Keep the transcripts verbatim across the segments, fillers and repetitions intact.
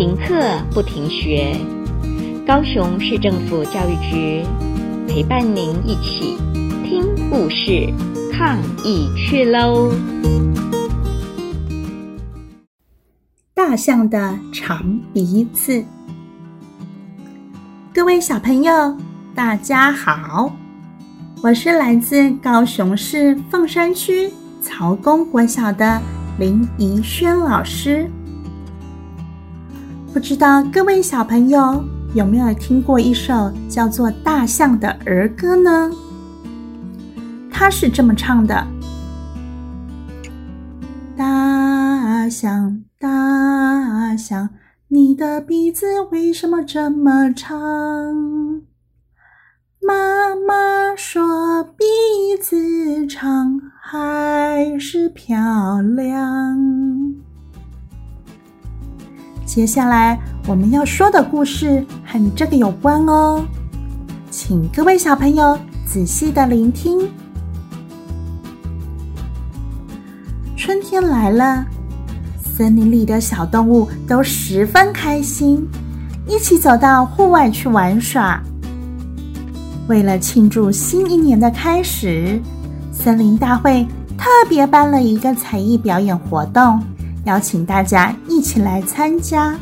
停课不停学，高雄市政府教育局陪伴您一起听故事，抗疫去喽！ 大象的长鼻子。各位小朋友，大家好，我是来自高雄市凤山区曹公国小的林怡萱老师。不知道各位小朋友有没有听过一首叫做《大象》的儿歌呢？它是这么唱的：大象，大象，你的鼻子为什么这么长？妈妈说鼻子长还是漂亮。接下来我们要说的故事和这个有关哦，请各位小朋友仔细的聆听。春天来了，森林里的小动物都十分开心，一起走到户外去玩耍。为了庆祝新一年的开始，森林大会特别办了一个才艺表演活动，邀请大家一起来参加。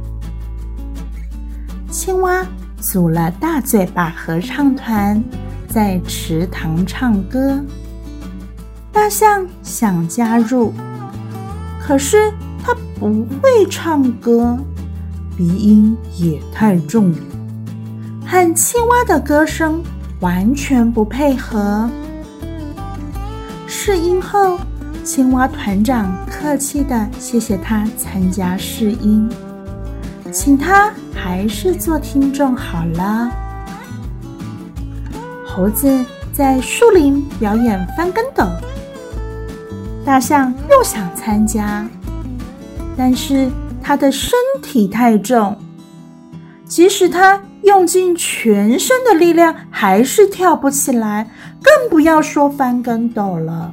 青蛙组了大嘴巴合唱团，在池塘唱歌。大象想加入，可是它不会唱歌，鼻音也太重，和青蛙的歌声完全不配合。试音后，青蛙团长客气地谢谢他参加试音，请他还是做听众好了。猴子在树林表演翻跟斗，大象又想参加，但是他的身体太重，即使他用尽全身的力量还是跳不起来，更不要说翻跟斗了。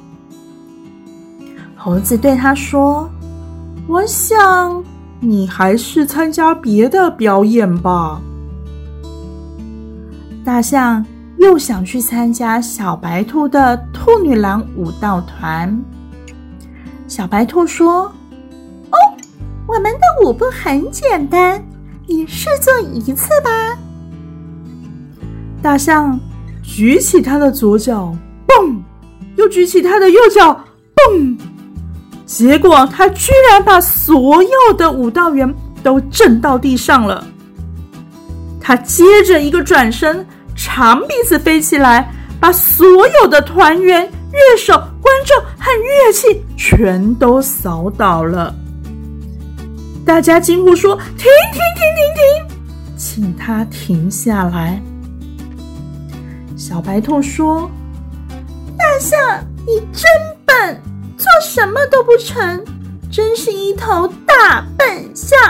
猴子对他说：我想你还是参加别的表演吧。大象又想去参加小白兔的兔女郎舞蹈团。小白兔说：哦，我们的舞步很简单，你试做一次吧。大象举起他的左脚，蹦，又举起他的右脚，蹦，结果他居然把所有的舞蹈员都震到地上了。他接着一个转身，长鼻子飞起来，把所有的团员、乐手、观众和乐器全都扫倒了。大家惊呼说：停停停停停，请他停下来。小白兔说：大象，你真笨，做什么都不成，真是一头大笨象。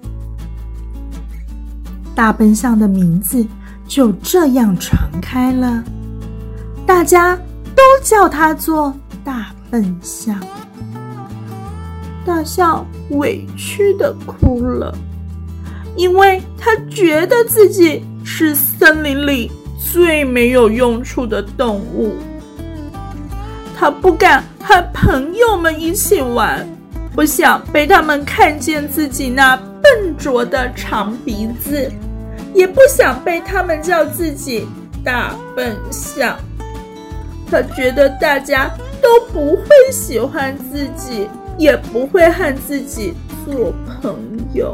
大笨象的名字就这样传开了，大家都叫它做大笨象。大象委屈地哭了，因为他觉得自己是森林里最没有用处的动物。他不敢和朋友们一起玩，不想被他们看见自己那笨拙的长鼻子，也不想被他们叫自己大笨象。他觉得大家都不会喜欢自己，也不会和自己做朋友。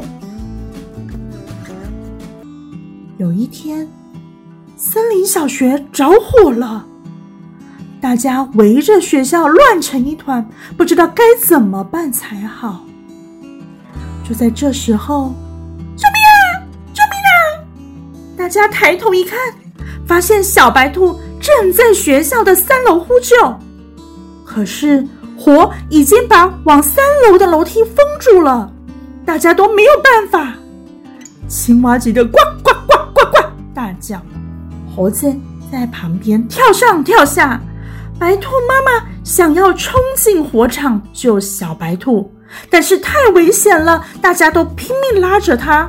有一天，森林小学着火了，大家围着学校乱成一团，不知道该怎么办才好。就在这时候，救命啊！救命啊！大家抬头一看，发现小白兔正在学校的三楼呼救，可是火已经把往三楼的楼梯封住了，大家都没有办法。青蛙急得呱呱呱呱呱大叫，猴子在旁边跳上跳下，白兔妈妈想要冲进火场救小白兔， 但是太危险了，大家都拼命拉着他。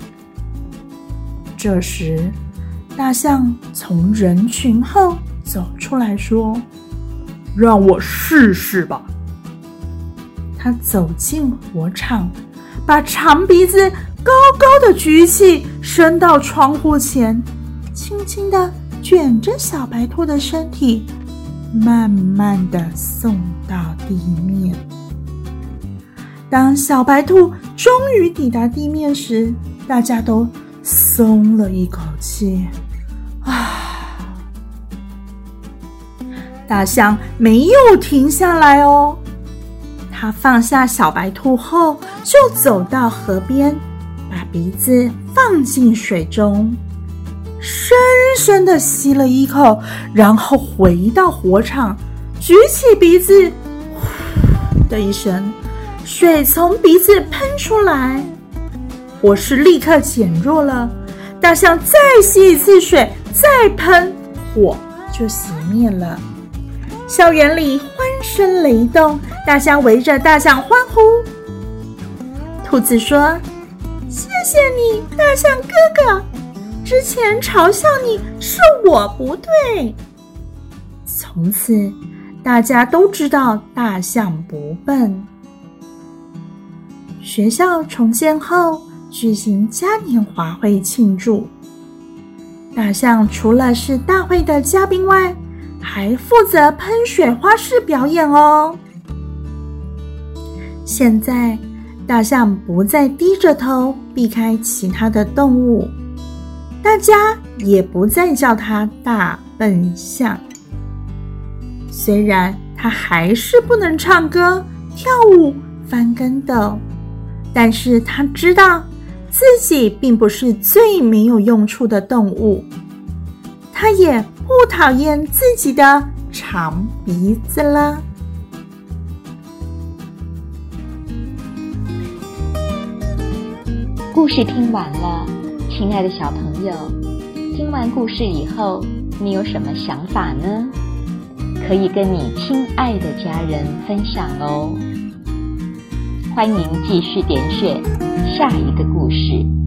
这时，大象从人群后走出来说：“让我试试吧。”他走进火场，把长鼻子高高的举起，伸到窗户前，轻轻地卷着小白兔的身体，慢慢地送到地面。当小白兔终于抵达地面时，大家都松了一口气。啊！大象没有停下来哦，他放下小白兔后，就走到河边，把鼻子放进水中，深深地吸了一口，然后回到火场，举起鼻子，呼的一声，水从鼻子喷出来，火势立刻减弱了。大象再吸一次水，再喷，火就熄灭了。校园里欢声雷动，大家围着大象欢呼。兔子说：“谢谢你，大象哥哥，之前嘲笑你是我不对。”从此大家都知道大象不笨。学校重建后举行嘉年华会庆祝。大象除了是大会的嘉宾外，还负责喷水花式表演哦。现在大象不再低着头避开其他的动物，大家也不再叫它大笨象。虽然它还是不能唱歌、跳舞、翻跟斗，但是它知道自己并不是最没有用处的动物，它也不讨厌自己的长鼻子了。 故事听完了，亲爱的小朋友，听完故事以后，你有什么想法呢？可以跟你亲爱的家人分享哦。欢迎继续点选下一个故事。